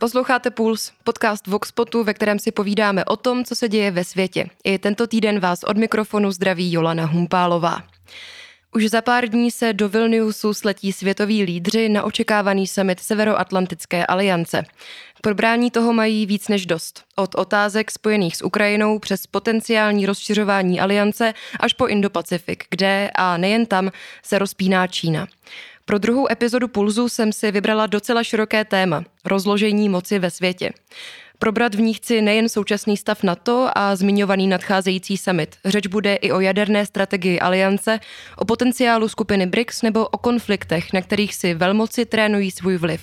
Posloucháte Puls, podcast Voxpotu, ve kterém si povídáme o tom, co se děje ve světě. I tento týden vás od mikrofonu zdraví Jolana Humpálová. Už za pár dní se do Vilniusu sletí světoví lídři na očekávaný summit Severoatlantické aliance. K probrání toho mají víc než dost. Od otázek spojených s Ukrajinou přes potenciální rozšiřování aliance až po Indopacifik, kde a nejen tam se rozpíná Čína. Pro druhou epizodu Pulzu jsem si vybrala docela široké téma – rozložení moci ve světě. Probrat v ní chci nejen současný stav NATO a zmiňovaný nadcházející summit. Řeč bude i o jaderné strategii aliance, o potenciálu skupiny BRICS nebo o konfliktech, na kterých si velmoci trénují svůj vliv.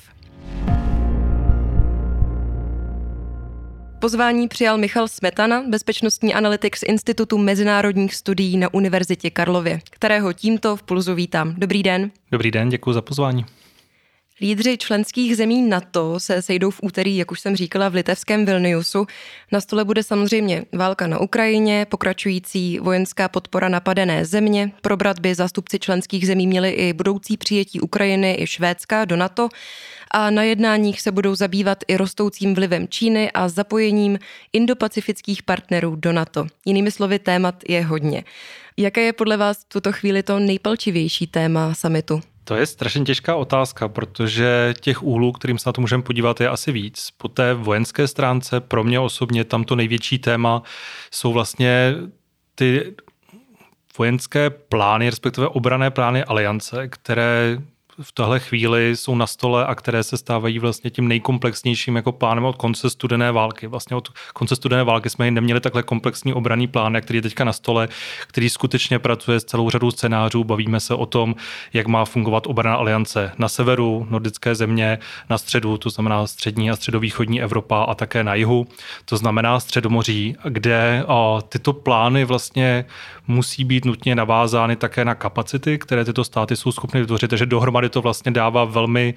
Pozvání přijal Michal Smetana, bezpečnostní analytik z Institutu mezinárodních studií na Univerzitě Karlově, kterého tímto v Pulzu vítám. Dobrý den. Dobrý den, děkuji za pozvání. Lídři členských zemí NATO se sejdou v úterý, jak už jsem říkala, v litevském Vilniusu. Na stole bude samozřejmě válka na Ukrajině, pokračující vojenská podpora napadené země. Probrat by zástupci členských zemí měli i budoucí přijetí Ukrajiny i Švédska do NATO. A na jednáních se budou zabývat i rostoucím vlivem Číny a zapojením indopacifických partnerů do NATO. Jinými slovy, témat je hodně. Jaké je podle vás v tuto chvíli to nejpalčivější téma summitu? To je strašně těžká otázka, protože těch úhlů, kterým se na to můžeme podívat, je asi víc. Po té vojenské stránce pro mě osobně tam to největší téma jsou vlastně ty vojenské plány, respektive obranné plány aliance, které v téhle chvíli jsou na stole a které se stávají vlastně tím nejkomplexnějším jako plánem od konce studené války. Vlastně od konce studené války jsme neměli takhle komplexní obranný plán, který je teďka na stole, který skutečně pracuje s celou řadou scénářů. Bavíme se o tom, jak má fungovat obranná aliance na severu, nordické země, na středu, to znamená střední a středovýchodní Evropa a také na jihu, to znamená Středomoří, kde tyto plány vlastně musí být nutně navázány také na kapacity, které tyto státy jsou schopny vytvořit, takže dohromady to vlastně dává velmi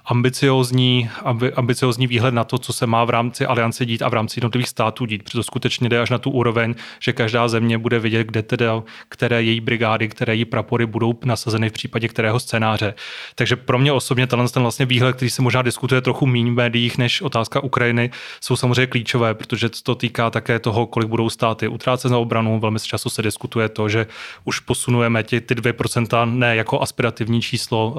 ambiciozní výhled na to, co se má v rámci aliance dít a v rámci jednotlivých států dít. Protože skutečně jde až na tu úroveň, že každá země bude vědět, kde teda, které její brigády, které její prapory budou nasazeny v případě kterého scénáře. Takže pro mě osobně ten vlastně výhled, který se možná diskutuje trochu méně v médiích než otázka Ukrajiny, jsou samozřejmě klíčové, protože to týká také toho, kolik budou státy utrácet na obranu. Velmi často se diskutuje to, že už posunujeme ty 2% ne jako aspirativní číslo,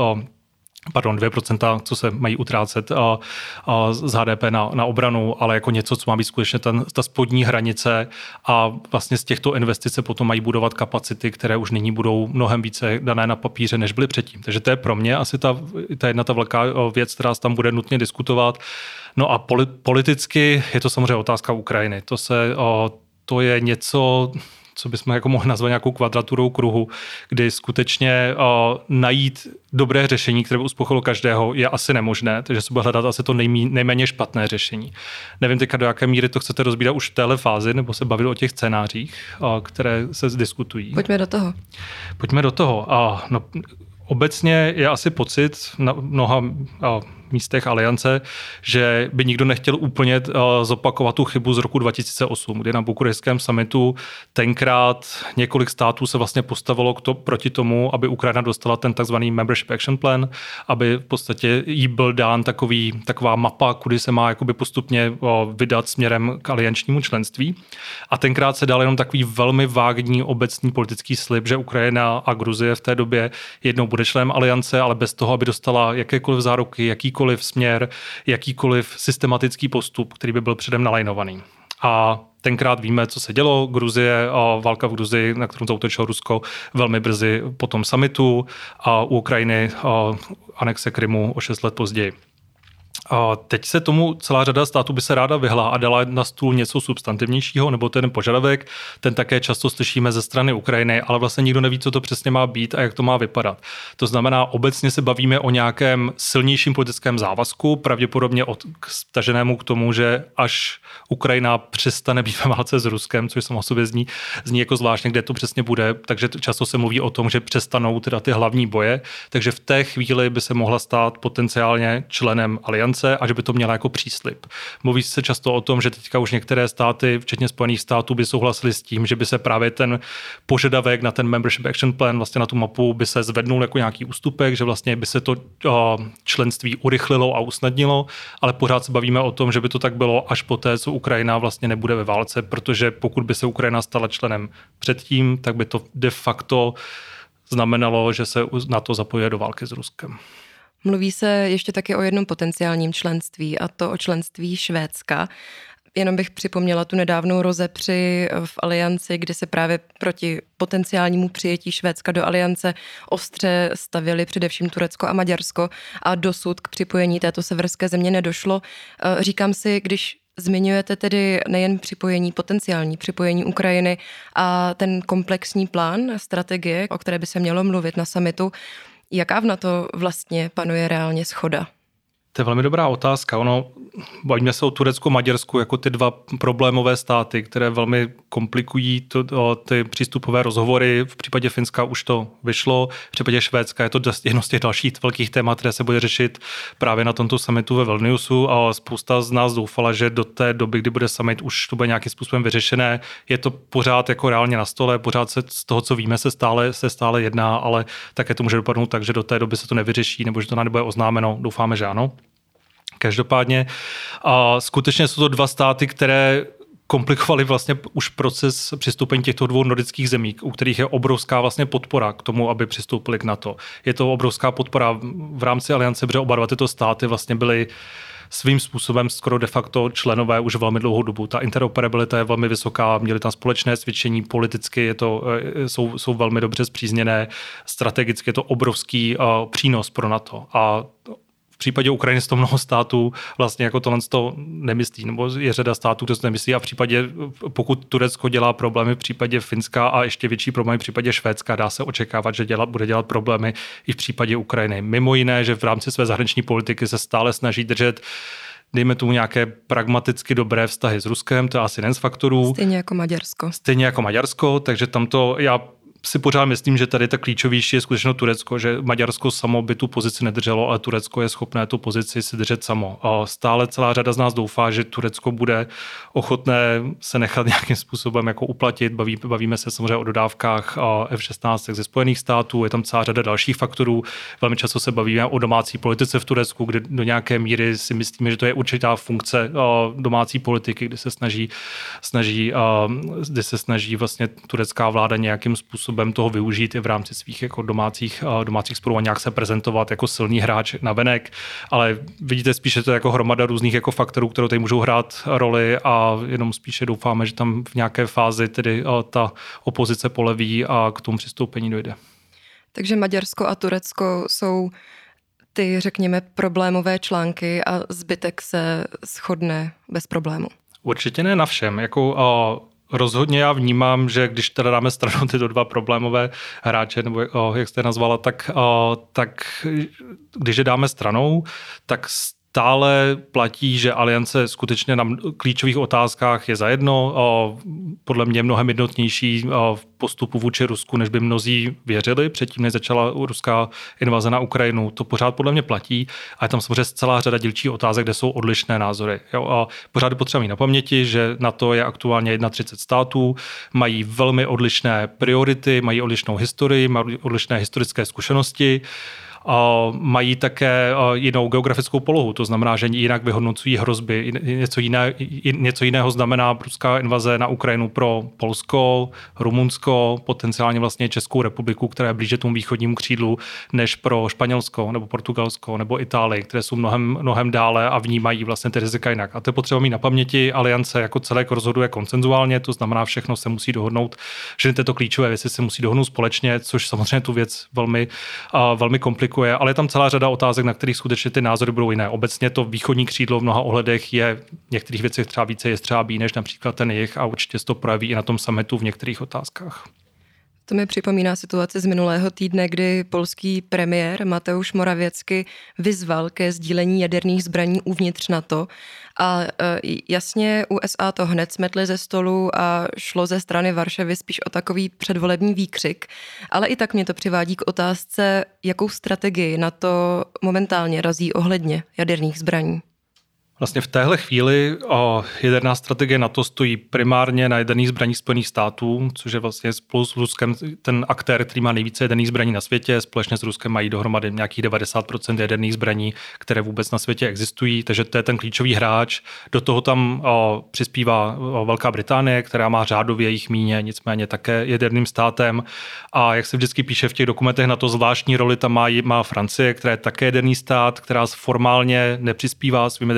2%, co se mají utrácet z HDP na obranu, ale jako něco, co má být skutečně ta spodní hranice a vlastně z těchto investic potom mají budovat kapacity, které už nyní budou mnohem více dané na papíře, než byly předtím. Takže to je pro mě asi ta jedna velká věc, která se tam bude nutně diskutovat. No a politicky je to samozřejmě otázka Ukrajiny. To je něco, co bychom jako mohli nazvat nějakou kvadraturou kruhu, kdy skutečně najít dobré řešení, které by uspokojilo každého, je asi nemožné, takže se bude hledat asi to nejméně špatné řešení. Nevím teďka, do jaké míry to chcete rozbírat už v téhle fázi, nebo se bavit o těch scénářích, které se diskutují. Pojďme do toho. Obecně je asi pocit na mnoha místech aliance, že by nikdo nechtěl úplně zopakovat tu chybu z roku 2008, kdy na bukurešťském summitu tenkrát několik států se vlastně postavilo proti tomu, aby Ukrajina dostala ten takzvaný Membership Action Plan, aby v podstatě jí byl dán taková mapa, kudy se má jakoby postupně vydat směrem k aliančnímu členství. A tenkrát se dal jenom takový velmi vágní obecný politický slib, že Ukrajina a Gruzie v té době jednou bude členem aliance, ale bez toho, aby dostala jakékoliv záruky, jakýkoliv směr, jakýkoliv systematický postup, který by byl předem nalajnovaný. A tenkrát víme, co se dělo. Válka v Gruzii, na kterou zaútočilo Rusko velmi brzy po tom summitu, a u Ukrajiny anexe Krymu o 6 let později. A teď se tomu celá řada států by se ráda vyhla a dala na stůl něco substantivnějšího, nebo ten požadavek, ten také často slyšíme ze strany Ukrajiny, ale vlastně nikdo neví, co to přesně má být a jak to má vypadat. To znamená, obecně se bavíme o nějakém silnějším politickém závazku, pravděpodobně staženému k tomu, že až Ukrajina přestane být ve válce s Ruskem, což samo o sobě zní jako zvláštně, kde to přesně bude, takže často se mluví o tom, že přestanou teda ty hlavní boje, takže v té chvíli by se mohla stát potenciálně členem aliance. aliance a že by to měla jako příslib. Mluví se často o tom, že teďka už některé státy, včetně Spojených států, by souhlasili s tím, že by se právě ten požadavek na ten Membership Action Plan, vlastně na tu mapu, by se zvednul jako nějaký ústupek, že vlastně by se to členství urychlilo a usnadnilo, ale pořád se bavíme o tom, že by to tak bylo až poté, co Ukrajina vlastně nebude ve válce, protože pokud by se Ukrajina stala členem předtím, tak by to de facto znamenalo, že se NATO zapojuje do války s Ruskem. Mluví se ještě taky o jednom potenciálním členství, a to o členství Švédska. Jenom bych připomněla tu nedávnou rozepři v alianci, kdy se právě proti potenciálnímu přijetí Švédska do aliance ostře stavěli především Turecko a Maďarsko a dosud k připojení této severské země nedošlo. Říkám si, když zmiňujete tedy nejen potenciální připojení Ukrajiny a ten komplexní plán, strategie, o které by se mělo mluvit na summitu, jaká v NATO vlastně panuje reálně shoda? To je velmi dobrá otázka. Bavíme se o Turecku a Maďarsku jako ty dva problémové státy, které velmi komplikují ty přístupové rozhovory. V případě Finska už to vyšlo, v případě Švédska je to jedno z těch dalších velkých témat, které se bude řešit právě na tomto summitu ve Vilniusu a spousta z nás doufala, že do té doby, kdy bude summit, už to bude nějakým způsobem vyřešené. Je to pořád jako reálně na stole, pořád se z toho, co víme, se stále jedná, ale také to může dopadnout tak, že do té doby se to nevyřeší nebo že to nebude oznámeno. Doufáme, že ano. Každopádně skutečně jsou to dva státy, které komplikovaly vlastně už proces přistoupení těchto dvou nordických zemí, u kterých je obrovská vlastně podpora k tomu, aby přistoupili k NATO. Je to obrovská podpora v rámci aliance, protože oba dva tyto státy vlastně byly svým způsobem skoro de facto členové už velmi dlouhou dobu. Ta interoperabilita je velmi vysoká, měli tam společné cvičení, politicky jsou velmi dobře spřízněné, strategicky je to obrovský přínos pro NATO. A v případě Ukrajiny z toho mnoho států vlastně jako tohle to nemyslí, nebo je řada států, které to nemyslí a v případě, pokud Turecko dělá problémy v případě Finska a ještě větší problémy v případě Švédska, dá se očekávat, že bude dělat problémy i v případě Ukrajiny. Mimo jiné, že v rámci své zahraniční politiky se stále snaží držet dejme tomu nějaké pragmaticky dobré vztahy s Ruskem, to je asi jeden z faktorů. Stejně jako Maďarsko, takže tamto já si pořád myslím, že tady ta klíčovější je skutečně Turecko, že Maďarsko samo by tu pozici nedrželo, ale Turecko je schopné tu pozici si držet samo. A stále celá řada z nás doufá, že Turecko bude ochotné se nechat nějakým způsobem jako uplatit. Bavíme se samozřejmě o dodávkách F-16 ze Spojených států, je tam celá řada dalších faktorů. Velmi často se bavíme o domácí politice v Turecku, kde do nějaké míry si myslíme, že to je určitá funkce domácí politiky, kdy se snaží vlastně turecká vláda nějakým způsobem toho využít i v rámci svých jako domácích sporů a nějak se prezentovat jako silný hráč navenek, ale vidíte spíše to jako hromada různých jako faktorů, které tady můžou hrát roli a jenom spíše doufáme, že tam v nějaké fázi tedy ta opozice poleví a k tomu přistoupení dojde. Takže Maďarsko a Turecko jsou ty, řekněme, problémové články a zbytek se shodne bez problému. Určitě ne na všem. Rozhodně já vnímám, že když teda dáme stranou tyto dva problémové hráče, nebo jak jste nazvala, tak když je dáme stranou, tak stále platí, že aliance skutečně na klíčových otázkách je zajedno. Podle mě mnohem jednotnější v postupu vůči Rusku, než by mnozí věřili předtím, než začala ruská invaze na Ukrajinu. To pořád podle mě platí a je tam samozřejmě celá řada dílčích otázek, kde jsou odlišné názory. A pořád je potřeba mít na paměti, že NATO je aktuálně 31 států, mají velmi odlišné priority, mají odlišnou historii, mají odlišné historické zkušenosti. Mají také jinou geografickou polohu, to znamená, že jinak vyhodnocují hrozby. Něco jiného znamená ruská invaze na Ukrajinu pro Polsko, Rumunsko, potenciálně vlastně Českou republiku, která je blíže tomu východnímu křídlu, než pro Španělsko nebo Portugalsko nebo Itálii, které jsou mnohem dále a vnímají vlastně ty rizika jinak. A to je potřeba mít na paměti. Aliance jako celek rozhoduje konsenzuálně, to znamená, všechno se musí dohodnout, že tyto klíčové věci se musí dohodnout společně, což samozřejmě tu věc velmi komplikuje. Ale je tam celá řada otázek, na kterých skutečně ty názory budou jiné. Obecně to východní křídlo v mnoha ohledech je v některých věcech třeba více jestřábí než například ten jih a určitě se to projeví i na tom summitu v některých otázkách. To mi připomíná situaci z minulého týdne, kdy polský premiér Mateusz Morawiecki vyzval ke sdílení jaderných zbraní uvnitř NATO a jasně USA to hned smetly ze stolu a šlo ze strany Varšavy spíš o takový předvolební výkřik, ale i tak mě to přivádí k otázce, jakou strategii NATO momentálně razí ohledně jaderných zbraní. Vlastně v téhle chvíli jaderná strategie NATO stojí primárně na jaderných zbraních Spojených států, což je vlastně spolu s Ruskem ten aktér, který má nejvíce jaderných zbraní na světě. Společně s Ruskem mají dohromady nějakých 90% jaderných zbraní, které vůbec na světě existují, takže to je ten klíčový hráč. Do toho tam přispívá Velká Británie, která má řádově jejich míně, nicméně také jaderným státem. A jak se vždycky píše v těch dokumentech, na to zvláštní roli tam má Francie, která je také jaderný stát, která formálně nepřispívá svým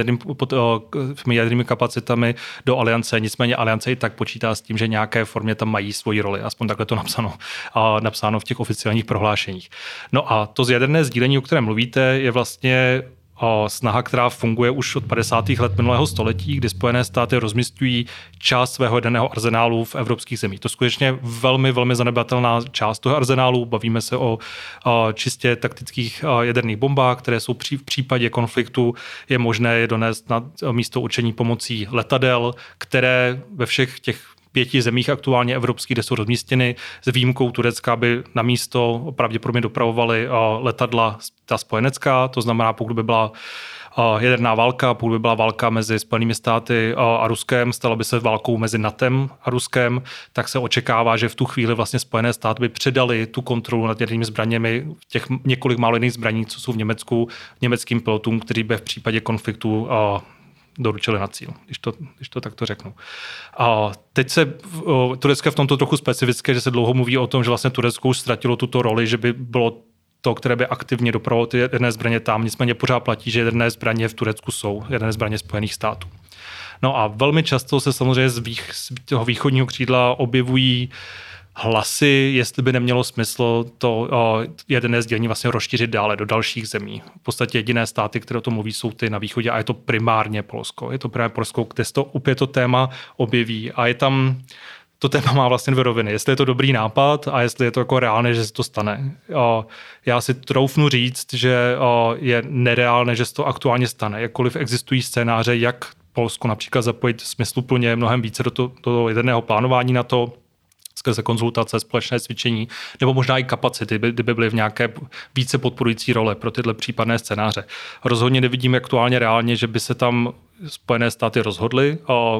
jadernými kapacitami do aliance, nicméně aliance i tak počítá s tím, že nějaké formě tam mají svoji roli, aspoň takhle to napsáno v těch oficiálních prohlášeních. No a to jaderné sdílení, o kterém mluvíte, je vlastně snaha, která funguje už od 50. let minulého století, kdy Spojené státy rozmisťují část svého jaderného arzenálu v evropských zemích. To je skutečně velmi, velmi zanedbatelná část toho arzenálu. Bavíme se o čistě taktických jaderných bombách, které jsou v případě konfliktu je možné je donést na místo určení pomocí letadel, které ve všech těch 5 zemích aktuálně evropských, kde jsou rozmístěny, s výjimkou Turecka, aby na místo pravděpodobně dopravovaly letadla ta spojenecká, to znamená, pokud by byla jaderná válka, pokud by byla válka mezi Spojenými státy a Ruskem, stala by se válkou mezi NATOem a Ruskem, tak se očekává, že v tu chvíli vlastně Spojené státy by předali tu kontrolu nad jadernými zbraněmi těch několik málo jiných zbraní, co jsou v Německu, německým pilotům, kteří by v případě konfliktu doručili na cíl, když to takto řeknu. A teď Turecko je v tomto trochu specifické, že se dlouho mluví o tom, že vlastně Turecko už ztratilo tuto roli, že by bylo to, které by aktivně dopravilo ty jaderné zbraně tam, nicméně pořád platí, že jaderné zbraně v Turecku jsou jaderné zbraně Spojených států. No a velmi často se samozřejmě z toho východního křídla objevují hlasy, jestli by nemělo smysl to jaderné sdělení vlastně rozšířit dále do dalších zemí. V podstatě jediné státy, které o tom mluví, jsou ty na východě a je to primárně Polsko. Je to primárně Polsko, kde se to opět to téma objeví a je tam to téma má vlastně dvě roviny. Jestli je to dobrý nápad a jestli je to jako reálné, že se to stane. Já si troufnu říct, že je nereálné, že se to aktuálně stane. Jakkoliv existují scénáře, jak Polsko například zapojit smysluplně mnohem více do toho jaderného plánování na to, skrze konzultace, společné cvičení, nebo možná i kapacity, kdyby byly v nějaké více podporující role pro tyhle případné scénáře. Rozhodně nevidíme aktuálně reálně, že by se tam Spojené státy rozhodly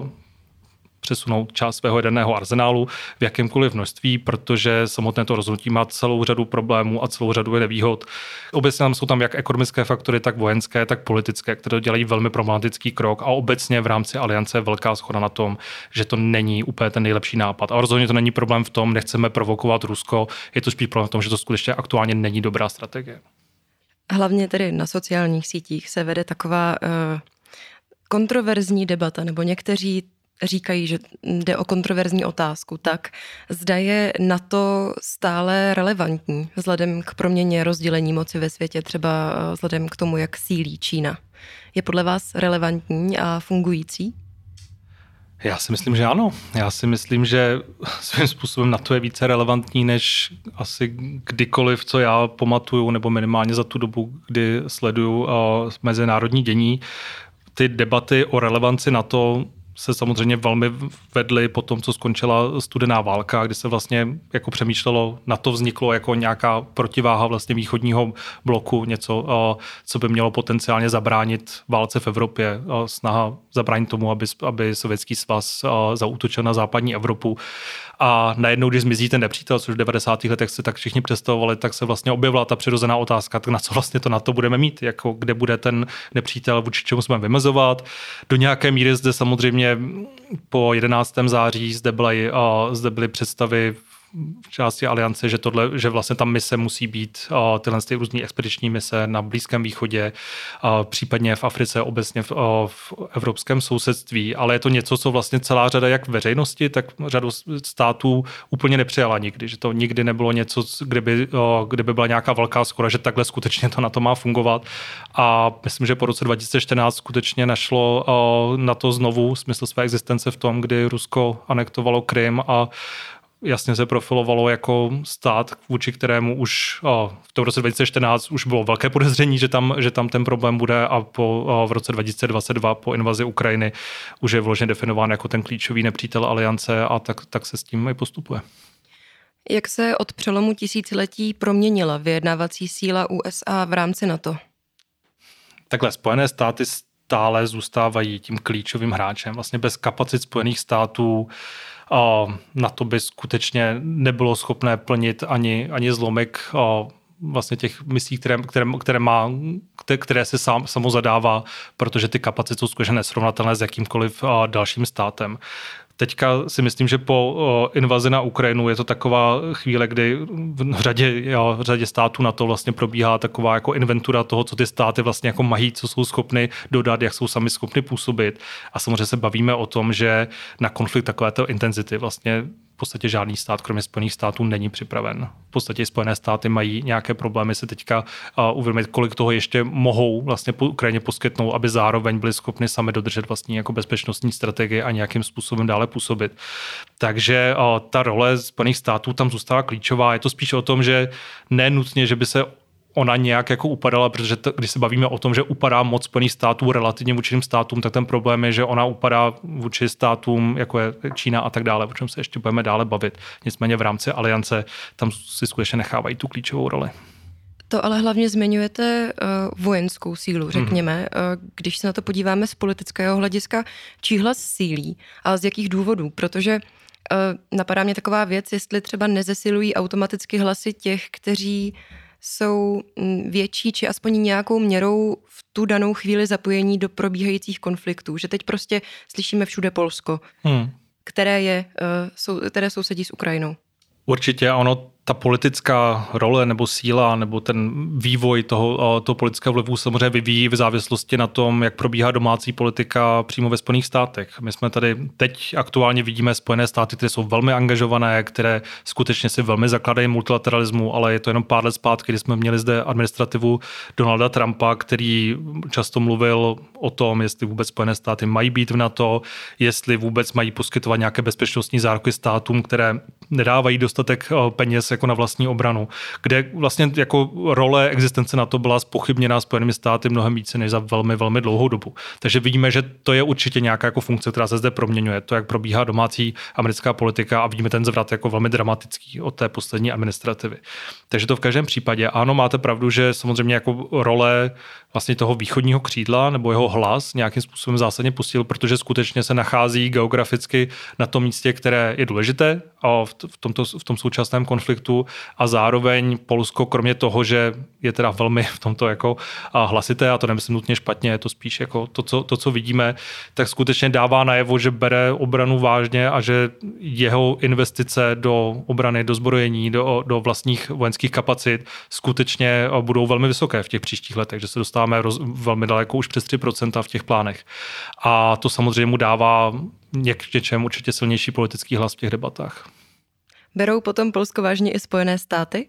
přesunout část svého jaderného arzenálu v jakémkoliv množství, protože samotné to rozhodnutí má celou řadu problémů a celou řadu nevýhod. Obecně tam jsou tam jak ekonomické faktory, tak vojenské, tak politické, které dělají velmi problematický krok a obecně v rámci aliance je velká shoda na tom, že to není úplně ten nejlepší nápad. A rozhodně to není problém v tom, nechceme provokovat Rusko, je to spíš problém v tom, že to skutečně aktuálně není dobrá strategie. Hlavně tedy na sociálních sítích se vede taková kontroverzní debata, nebo někteří říkají, že jde o kontroverzní otázku, tak zda je NATO stále relevantní vzhledem k proměně rozdělení moci ve světě, třeba vzhledem k tomu, jak sílí Čína. Je podle vás relevantní a fungující? Já si myslím, že ano. Já si myslím, že svým způsobem NATO je více relevantní, než asi kdykoliv, co já pamatuju, nebo minimálně za tu dobu, kdy sleduju mezinárodní dění. Ty debaty o relevanci NATO se samozřejmě velmi vedly po tom, co skončila studená válka, kdy se vlastně jako přemýšlelo, NATO vzniklo jako nějaká protiváha vlastně východního bloku, něco, co by mělo potenciálně zabránit válce v Evropě, snaha zabránit tomu, aby Sovětský svaz zaútočil na západní Evropu. A najednou, když zmizí ten nepřítel, což v 90. letech se tak všichni představovali, tak se vlastně objevila ta přirozená otázka, tak na co vlastně to NATO budeme mít, jako kde bude ten nepřítel, vůči čemu jsme vymezovat. Do nějaké míry zde samozřejmě po 11. září zde byly představy v části aliance, že vlastně ta mise musí být tyhle různé expediční mise na Blízkém východě, případně v Africe, obecně v evropském sousedství, ale je to něco, co vlastně celá řada jak veřejnosti, tak řadu států úplně nepřijala nikdy, že to nikdy nebylo něco, kde by byla nějaká velká shoda, že takhle skutečně to na to má fungovat a myslím, že po roce 2014 skutečně našlo na to znovu smysl své existence v tom, kdy Rusko anektovalo Krym a jasně se profilovalo jako stát, vůči kterému už v tom roce 2014 už bylo velké podezření, že tam ten problém bude a v roce 2022 po invazi Ukrajiny už je vložně definován jako ten klíčový nepřítel aliance a tak se s tím i postupuje. Jak se od přelomu tisíciletí proměnila vyjednávací síla USA v rámci NATO? Takhle, Spojené státy stále zůstávají tím klíčovým hráčem. Vlastně bez kapacit Spojených států NATO by skutečně nebylo schopné plnit ani zlomek vlastně těch misí, které se samo zadává, protože ty kapacity jsou skutečně nesrovnatelné s jakýmkoliv dalším státem. Teďka si myslím, že po invazi na Ukrajinu je to taková chvíle, kdy v řadě států na to vlastně probíhá taková jako inventura toho, co ty státy vlastně jako mají, co jsou schopny dodat, jak jsou sami schopny působit. A samozřejmě se bavíme o tom, že na konflikt takovéto intenzity vlastně v podstatě žádný stát, kromě Spojených států, není připraven. V podstatě Spojené státy mají nějaké problémy se teďka uvědomit, kolik toho ještě mohou vlastně po Ukrajině poskytnout, aby zároveň byli schopni sami dodržet vlastní jako bezpečnostní strategii a nějakým způsobem dále působit. Takže ta role Spojených států tam zůstává klíčová. Je to spíš o tom, že nenutně, že by se ona nějak jako upadala, protože když se bavíme o tom, že upadá moc Spojených států relativně vůči jiným státům, tak ten problém je, že ona upadá vůči státům, jako je Čína a tak dále, o čem se ještě budeme dále bavit. Nicméně v rámci aliance tam si skutečně nechávají tu klíčovou roli. To ale hlavně zmiňujete vojenskou sílu, řekněme. Když se na to podíváme z politického hlediska, čí hlas sílí, ale z jakých důvodů? Protože napadá mě taková věc, jestli třeba nezesilují automaticky hlasy těch, kteří jsou větší či aspoň nějakou měrou v tu danou chvíli zapojení do probíhajících konfliktů. Že teď prostě slyšíme všude Polsko, které sousedí s Ukrajinou. Určitě ono, ta politická role nebo síla nebo ten vývoj toho politického vlivu samozřejmě vyvíjí v závislosti na tom, jak probíhá domácí politika přímo ve Spojených státech. My jsme tady teď aktuálně vidíme Spojené státy, které jsou velmi angažované, které skutečně si velmi zakladají multilateralismu, ale je to jenom pár let zpátky, kdy jsme měli zde administrativu Donalda Trumpa, který často mluvil o tom, jestli vůbec Spojené státy mají být v NATO, jestli vůbec mají poskytovat nějaké bezpečnostní záruky státům, které nedávají dostatek peněz jako na vlastní obranu, kde vlastně jako role existence NATO byla zpochybněná Spojenými státy mnohem více než za velmi, velmi dlouhou dobu. Takže vidíme, že to je určitě nějaká jako funkce, která se zde proměňuje. To, jak probíhá domácí americká politika a vidíme ten zvrat jako velmi dramatický od té poslední administrativy. Takže to v každém případě. Ano, máte pravdu, že samozřejmě jako role vlastně toho východního křídla nebo jeho hlas nějakým způsobem zásadně posílil, protože skutečně se nachází geograficky na tom místě, které je důležité a v tom současném konfliktu a zároveň Polsko, kromě toho, že je teda velmi v tomto jako hlasité, a to nemyslím nutně špatně, je to spíš jako to, co vidíme, tak skutečně dává najevo, že bere obranu vážně a že jeho investice do obrany, do zbrojení, do vlastních vojenských kapacit skutečně budou velmi vysoké v těch příštích letech, že se dostáváme velmi daleko už přes 3% v těch plánech. A to samozřejmě mu dává něčem určitě silnější politický hlas v těch debatách. Berou potom Polsko vážně i Spojené státy?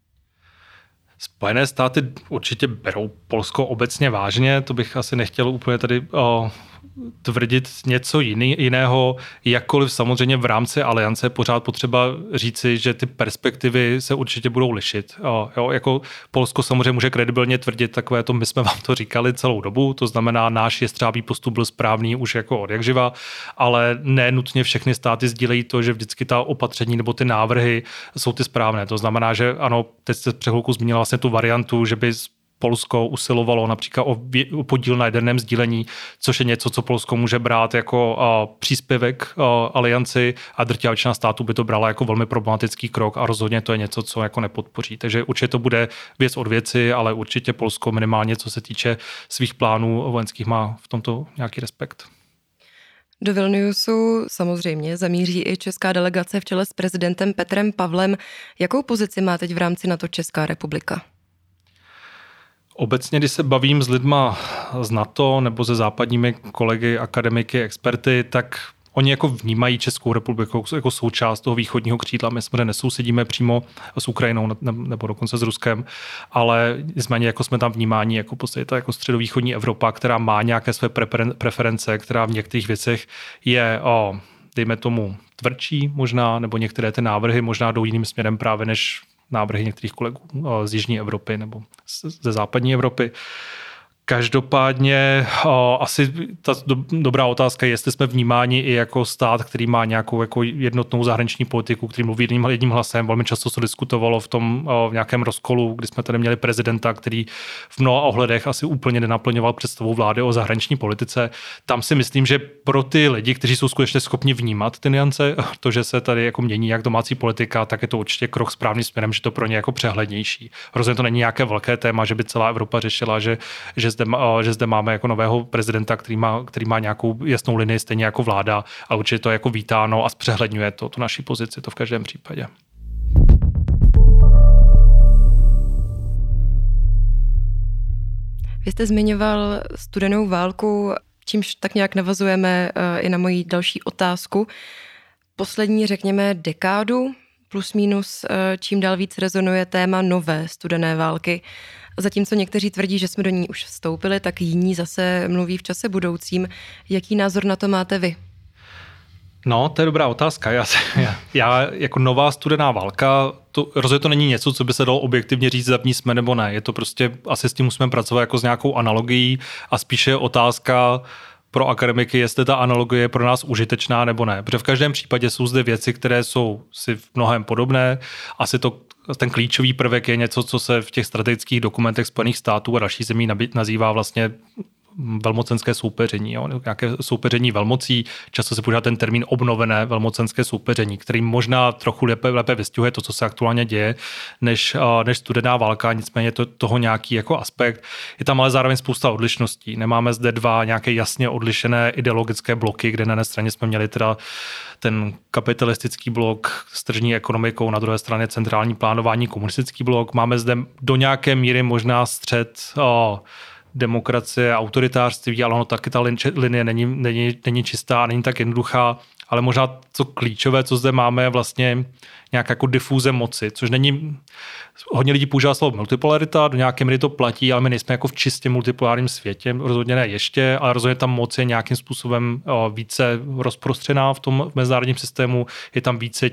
Spojené státy určitě berou Polsko obecně vážně, to bych asi nechtěl úplně tady tvrdit něco jiného, jakkoliv samozřejmě v rámci aliance pořád potřeba říci, že ty perspektivy se určitě budou lišit. Jako Polsko samozřejmě může kredibilně tvrdit takové to, my jsme vám to říkali celou dobu, to znamená, náš jestřábý postup byl správný už jako od jakživa, ale ne nutně všechny státy sdílejí to, že vždycky ta opatření nebo ty návrhy jsou ty správné. To znamená, že ano, teď jste před chvilkou zmínila vlastně tu variantu, že by Polsko usilovalo například o podíl na jaderném sdílení, což je něco, co Polsko může brát jako příspěvek alianci a drtivá většina států by to brala jako velmi problematický krok a rozhodně to je něco, co jako nepodpoří. Takže určitě to bude věc od věci, ale určitě Polsko minimálně, co se týče svých plánů vojenských, má v tomto nějaký respekt. Do Vilniusu samozřejmě zamíří i česká delegace v čele s prezidentem Petrem Pavlem. Jakou pozici má teď v rámci NATO Česká republika? Obecně, když se bavím s lidma z NATO nebo se západními kolegy, akademiky, experty, tak oni jako vnímají Českou republiku jako součást toho východního křídla. My jsme nesousedíme přímo s Ukrajinou nebo dokonce s Ruskem, ale nicméně jako jsme tam vnímáni jako podstatě jako středovýchodní Evropa, která má nějaké své preference, která v některých věcech je dejme tomu tvrdší možná, nebo některé ty návrhy možná jdou jiným směrem právě než návrhy některých kolegů z jižní Evropy nebo ze západní Evropy. Každopádně asi ta dobrá otázka je, jestli jsme vnímáni i jako stát, který má nějakou jako jednotnou zahraniční politiku, který mluví jedním hlasem. Velmi často se diskutovalo v nějakém rozkolu, kdy jsme tady měli prezidenta, který v mnoha ohledech asi úplně nenaplňoval představu vlády o zahraniční politice. Tam si myslím, že pro ty lidi, kteří jsou skutečně schopni vnímat ty nuance, to, že se tady jako mění jak domácí politika, tak je to určitě krok správným směrem, že to pro ně jako přehlednější. Rozhodně to není nějaké velké téma, že by celá Evropa řešila, že zde máme jako nového prezidenta, který má nějakou jasnou linii, stejně jako vláda, a určitě to je jako vítáno a zpřehledňuje tu naši pozici, to v každém případě. Vy jste zmiňoval studenou válku, čímž tak nějak navazujeme i na moji další otázku. Poslední, řekněme, dekádu plus minus, čím dál víc rezonuje téma nové studené války. Zatímco někteří tvrdí, že jsme do ní už vstoupili, tak jiní zase mluví v čase budoucím. Jaký názor na to máte vy? No, to je dobrá otázka. Já jako nová studená válka, rozhodně to není něco, co by se dalo objektivně říct, zda v ní jsme nebo ne. Je to prostě, asi s tím musíme pracovat jako s nějakou analogií a spíše otázka pro akademiky, jestli ta analogie je pro nás užitečná nebo ne. Protože v každém případě jsou zde věci, které jsou si v mnohem podobné. Asi ten klíčový prvek je něco, co se v těch strategických dokumentech Spojených států a dalších zemí nazývá vlastně velmocenské soupeření, jo? Nějaké soupeření velmocí. Často se používá ten termín obnovené velmocenské soupeření, který možná trochu lépe vystihuje to, co se aktuálně děje, než studená válka, nicméně toho nějaký jako aspekt. Je tam ale zároveň spousta odlišností. Nemáme zde dva nějaké jasně odlišené ideologické bloky, kde na jedné straně jsme měli teda ten kapitalistický blok s tržní ekonomikou, na druhé straně centrální plánování, komunistický blok. Máme zde do nějaké míry možná střed demokracie, autoritářství, ale ono taky ta linie není čistá a není tak jednoduchá, ale možná co klíčové, co zde máme, je vlastně nějaká jako diffúze moci, což není, hodně lidí používá slovo multipolarita, do nějaké míry to platí, ale my nejsme jako v čistě multipolárním světě, rozhodně ne ještě, ale rozhodně tam moc je nějakým způsobem více rozprostřená v tom mezinárodním systému, je tam více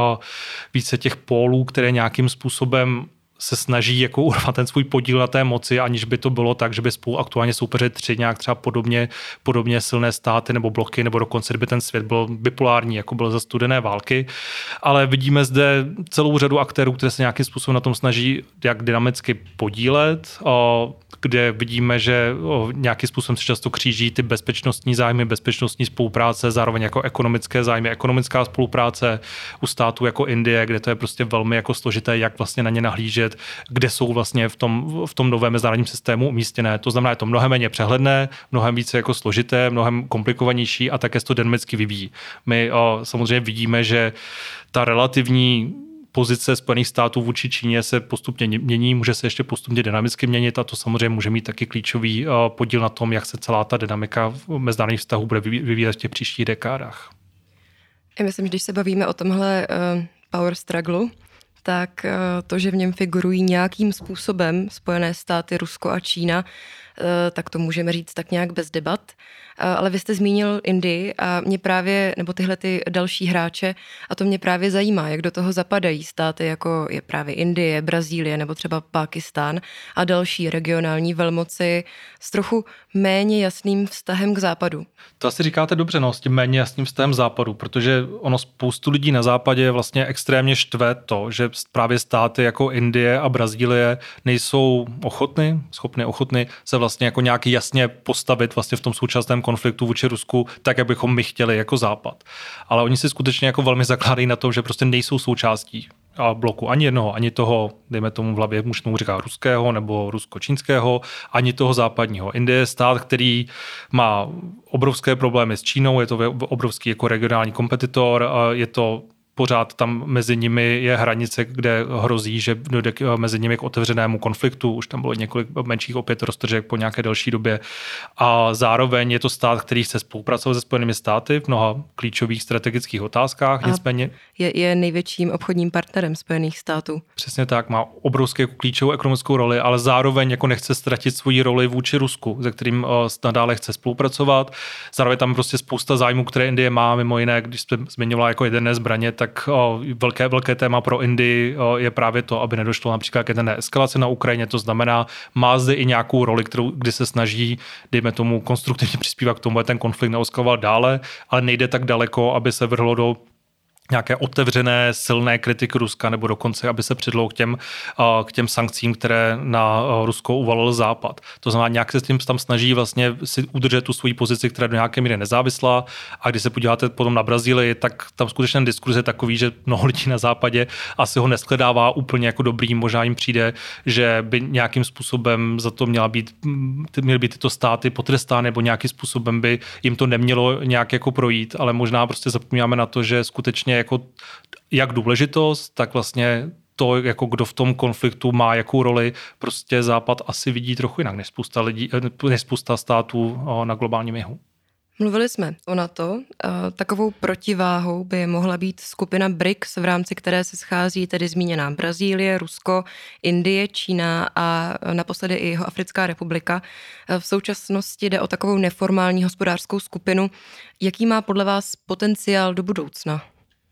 těch pólů, které nějakým způsobem se snaží jako urvat ten svůj podíl na té moci, aniž by to bylo tak, že by spolu aktuálně soupeřili tři nějak třeba podobně silné státy nebo bloky, nebo dokonce, kdyby ten svět byl bipolární, jako byl za studené války. Ale vidíme zde celou řadu aktérů, které se nějakým způsobem na tom snaží jak dynamicky podílet, kde vidíme, že nějakým způsobem se často kříží ty bezpečnostní zájmy, bezpečnostní spolupráce, zároveň jako ekonomické zájmy, ekonomická spolupráce u států jako Indie, kde to je prostě velmi jako složité, jak vlastně na ně nahlížet, kde jsou vlastně v tom novém mezinárodním systému umístěné. To znamená, je to mnohem méně přehledné, mnohem více jako složité, mnohem komplikovanější a také se to dynamicky vyvíjí. My samozřejmě vidíme, že ta relativní pozice Spojených států vůči Číně se postupně mění, může se ještě postupně dynamicky měnit a to samozřejmě může mít taky klíčový podíl na tom, jak se celá ta dynamika mezinárodních vztahů bude vyvíjet v těch příštích dekádách. Já myslím, že když se bavíme o tomhle power struggle, tak to, že v něm figurují nějakým způsobem Spojené státy, Rusko a Čína, tak to můžeme říct tak nějak bez debat. Ale vy jste zmínil Indii a mě právě, nebo tyhle ty další hráče, a to mě právě zajímá, jak do toho zapadají státy, jako je právě Indie, Brazílie nebo třeba Pákistán a další regionální velmoci s trochu méně jasným vztahem k západu. To asi říkáte dobře, s tím méně jasným vztahem západu, protože ono spoustu lidí na západě vlastně extrémně štve to, že právě státy jako Indie a Brazílie nejsou ochotny se vlastně jako nějak jasně postavit vlastně v tom současném konfliktu vůči Rusku, tak, jak bychom my chtěli jako západ. Ale oni si skutečně jako velmi zakládají na tom, že prostě nejsou součástí bloku ani jednoho, ani toho, dejme tomu v hlavě, můžeme říkat ruského nebo rusko-čínského, ani toho západního. Indie je stát, který má obrovské problémy s Čínou, je to obrovský jako regionální kompetitor, je to pořád tam mezi nimi je hranice, kde hrozí, že dojde mezi nimi k otevřenému konfliktu. Už tam bylo několik menších opět roztržek po nějaké delší době. A zároveň je to stát, který chce spolupracovat se Spojenými státy v mnoha klíčových strategických otázkách. Nicméně je největším obchodním partnerem Spojených států. Přesně tak, má obrovskou klíčovou ekonomickou roli, ale zároveň jako nechce ztratit svoji roli vůči Rusku, se kterým nadále chce spolupracovat. Zároveň tam prostě spousta zájmů, které Indie má, mimo jiné, když jste zmiňovala jako jaderné zbraně, tak velké téma pro Indii je právě to, aby nedošlo například k jaderné eskalaci na Ukrajině. To znamená, má zde i nějakou roli, kdy se snaží, dejme tomu, konstruktivně přispívat k tomu, aby ten konflikt neeskaloval dále, ale nejde tak daleko, aby se vrhlo do nějaké otevřené, silné kritiky Ruska, nebo dokonce, aby se přidlo k těm sankcím, které na Rusko uvalil Západ. To znamená, nějak se s tím tam snaží vlastně si udržet tu svoji pozici, která do nějaké míry nezávislá. A když se podíváte potom na Brazílii, tak tam skutečně diskurs je takový, že mnoho lidí na západě asi ho neshledává úplně jako dobrý. Možná jim přijde, že by nějakým způsobem za to měly být tyto státy potrestány, nebo nějakým způsobem by jim to nemělo nějak jako projít, ale možná prostě zapomínáme na to, že skutečně jako jak důležitost, tak vlastně to, jako kdo v tom konfliktu má jakou roli, prostě Západ asi vidí trochu jinak než spousta států na globálním jihu. Mluvili jsme o NATO. Takovou protiváhou by mohla být skupina BRICS, v rámci které se schází tedy zmíněná Brazílie, Rusko, Indie, Čína a naposledy i Jihoafrická republika. V současnosti jde o takovou neformální hospodářskou skupinu. Jaký má podle vás potenciál do budoucna?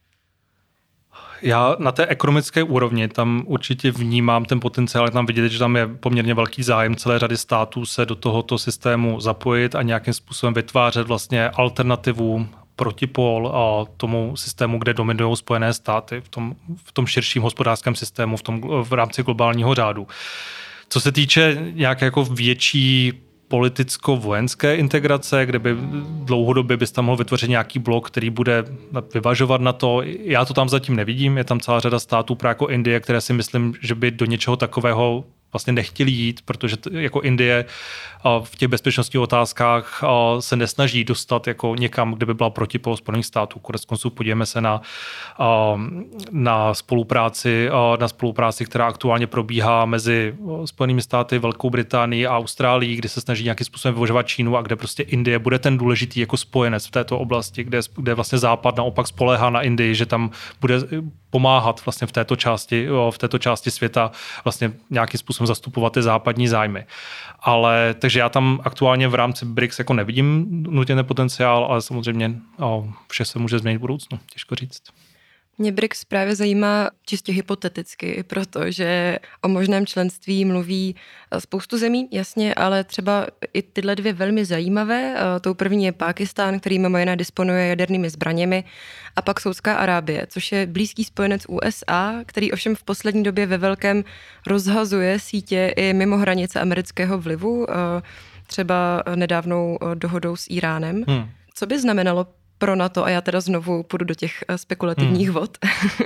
Já na té ekonomické úrovni tam určitě vnímám ten potenciál, tam vidět, že tam je poměrně velký zájem celé řady států se do tohoto systému zapojit a nějakým způsobem vytvářet vlastně alternativu, protipol a tomu systému, kde dominují Spojené státy v tom širším hospodářském systému, v rámci globálního řádu. Co se týče nějaké jako větší politicko-vojenské integrace, kde by dlouhodobě bys tam mohl vytvořit nějaký blok, který bude vyvažovat na to. Já to tam zatím nevidím, je tam celá řada států, právě jako Indie, které si myslím, že by do něčeho takového vlastně nechtěli jít, protože jako Indie v těch bezpečnostních otázkách se nesnaží dostat jako někam, kde by byla protipol Spojených států. Koneckonců podívejme se na spolupráci, která aktuálně probíhá mezi Spojenými státy, Velkou Británií a Austrálií, kde se snaží nějakým způsobem vyvažovat Čínu a kde prostě Indie bude ten důležitý jako spojenec v této oblasti, kde vlastně Západ naopak spoléhá na Indii, že tam bude pomáhat vlastně v této části světa vlastně nějakým způsobem zastupovat ty západní zájmy. Ale takže já tam aktuálně v rámci BRICS jako nevidím nutně potenciál, ale samozřejmě vše se může změnit v budoucnu, těžko říct. Mě BRICS právě zajímá čistě hypoteticky, protože o možném členství mluví spoustu zemí, jasně, ale třeba i tyhle dvě velmi zajímavé. Tou první je Pákistán, který mimo jiné disponuje jadernými zbraněmi, a pak Saudská Arábie, což je blízký spojenec USA, který ovšem v poslední době ve velkém rozhazuje sítě i mimo hranice amerického vlivu, třeba nedávnou dohodou s Iránem. Co by znamenalo pro NATO, a já teda znovu půjdu do těch spekulativních vod,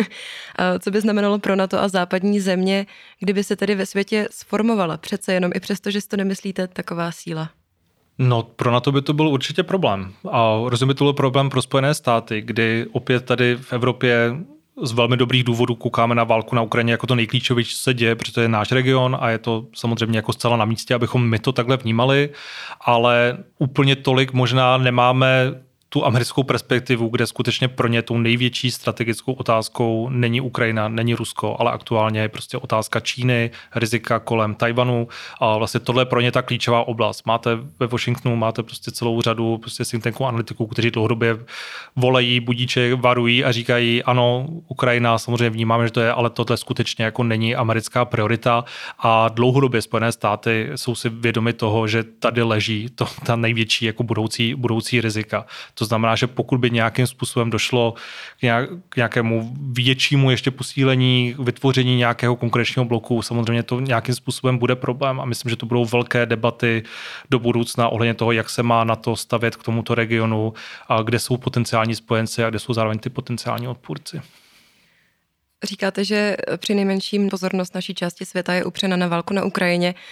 co by znamenalo pro NATO a západní země, kdyby se tedy ve světě sformovala přece jenom i přesto, že si to nemyslíte, taková síla? No, pro NATO by to byl určitě problém. A rozumím, by to byl problém pro Spojené státy, kdy opět tady v Evropě z velmi dobrých důvodů koukáme na válku na Ukrajině jako to nejklíčovější, co se děje, protože to je náš region a je to samozřejmě jako zcela na místě, abychom my to takhle vnímali, ale úplně tolik možná nemáme tu americkou perspektivu, kde skutečně pro ně tou největší strategickou otázkou není Ukrajina, není Rusko, ale aktuálně je prostě otázka Číny, rizika kolem Tajvanu a vlastně tohle je pro ně ta klíčová oblast. Máte ve Washingtonu, máte prostě celou řadu prostě think tanků analytiků, kteří dlouhodobě volají, budíček, varují a říkají, ano, Ukrajina, samozřejmě vnímáme, že to je, ale tohle skutečně jako není americká priorita a dlouhodobě Spojené státy jsou si vědomi toho, že tady leží ta největší jako budoucí rizika. To znamená, že pokud by nějakým způsobem došlo k nějakému většímu ještě posílení, vytvoření nějakého konkurenčního bloku, samozřejmě to nějakým způsobem bude problém a myslím, že to budou velké debaty do budoucna ohledně toho, jak se má na to stavět k tomuto regionu, a kde jsou potenciální spojenci a kde jsou zároveň ty potenciální odpůrci. Říkáte, že při nejmenším pozornost naší části světa je upřena na válku na Ukrajině.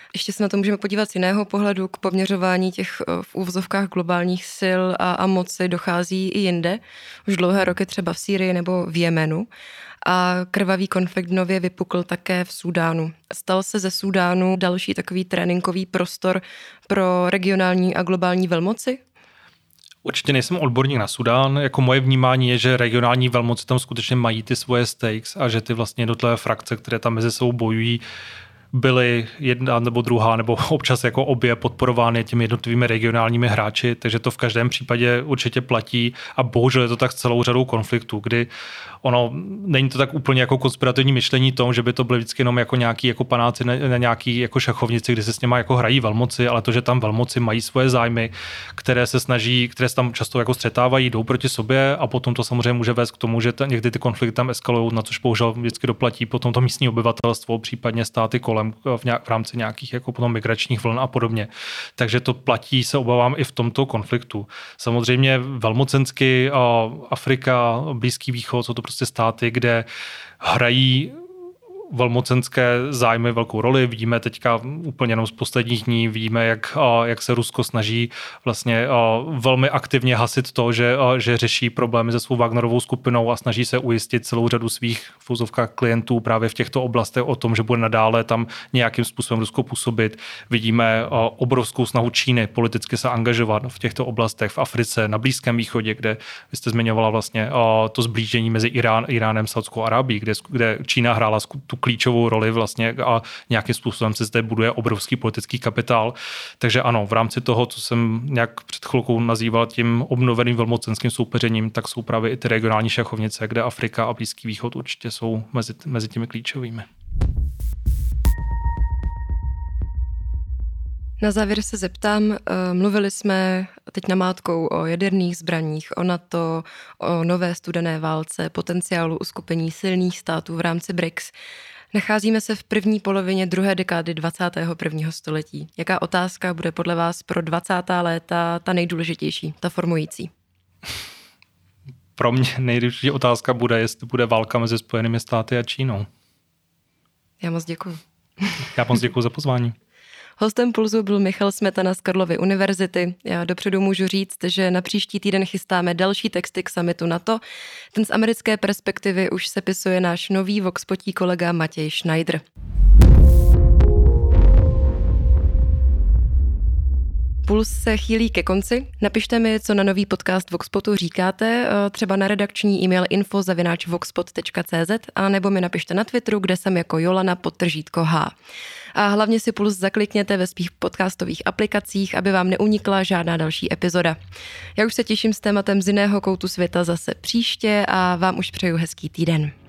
Ještě se na to můžeme podívat z jiného pohledu. K poměřování těch v úvozovkách globálních sil a moci dochází i jinde. Už dlouhé roky třeba v Sýrii nebo v Jemenu. A krvavý konflikt nově vypukl také v Súdánu. Stal se ze Súdánu další takový tréninkový prostor pro regionální a globální velmoci? Určitě nejsem odborník na Súdán. Jako moje vnímání je, že regionální velmoci tam skutečně mají ty svoje stakes a že ty vlastně jednotlivé frakce, které tam mezi sebou bojují, byly jedna nebo druhá, nebo občas jako obě podporovány těmi jednotlivými regionálními hráči, takže to v každém případě určitě platí a bohužel je to tak s celou řadou konfliktů, kdy ono není to tak úplně jako konspirativní myšlení tom, že by to byly vždycky jenom jako nějaký jako panáci na nějaký jako šachovnici, kde se s něma jako hrají velmoci, ale to, že tam velmoci mají svoje zájmy, které se tam často jako střetávají, jdou proti sobě a potom to samozřejmě může vést k tomu, že někdy ty konflikty tam eskalují, na což bohužel vždycky doplatí potom to místní obyvatelstvo, případně státy kolem v rámci nějakých jako potom migračních vln a podobně. Takže to platí, se obávám, i v tomto konfliktu. Samozřejmě velmocensky Afrika, Blízký východ, jsou to prostě státy, kde hrají velmocenské zájmy velkou roli. Vidíme teďka úplně jenom z posledních dní, vidíme, jak se Rusko snaží vlastně velmi aktivně hasit to, že řeší problémy se svou Wagnerovou skupinou a snaží se ujistit celou řadu svých v úzovkách klientů právě v těchto oblastech o tom, že bude nadále tam nějakým způsobem Rusko působit. Vidíme obrovskou snahu Číny politicky se angažovat v těchto oblastech v Africe, na Blízkém východě, kde vy jste zmiňovala vlastně to zblížení mezi Iránem, Saudskou Arábií, kde Čína hrála tu klíčovou roli vlastně a nějakým způsobem se zde buduje obrovský politický kapitál. Takže ano, v rámci toho, co jsem nějak před chvilkou nazýval tím obnoveným velmocenským soupeřením, tak jsou právě i ty regionální šachovnice, kde Afrika a Blízký východ určitě jsou mezi těmi klíčovými. Na závěr se zeptám, mluvili jsme teď namátkou o jaderných zbraních, o NATO, o nové studené válce, potenciálu uskupení silných států v rámci BRICS. Nacházíme se v první polovině druhé dekády 21. století. Jaká otázka bude podle vás pro 20. léta ta nejdůležitější, ta formující? Pro mě nejdůležitější otázka bude, jestli bude válka mezi Spojenými státy a Čínou. Já moc děkuju. Já moc děkuju za pozvání. Hostem Pulzu byl Michal Smetana z Karlovy univerzity. Já dopředu můžu říct, že na příští týden chystáme další texty k summitu NATO. Ten z americké perspektivy už sepisuje náš nový voxpotí kolega Matěj Schneider. Puls se chýlí ke konci. Napište mi, co na nový podcast Voxpotu říkáte, třeba na redakční e-mail info@voxpot.cz a nebo mi napište na Twitteru, kde jsem jako Jolana_H. A hlavně si Puls zaklikněte ve svých podcastových aplikacích, aby vám neunikla žádná další epizoda. Já už se těším s tématem z jiného koutu světa zase příště a vám už přeju hezký týden.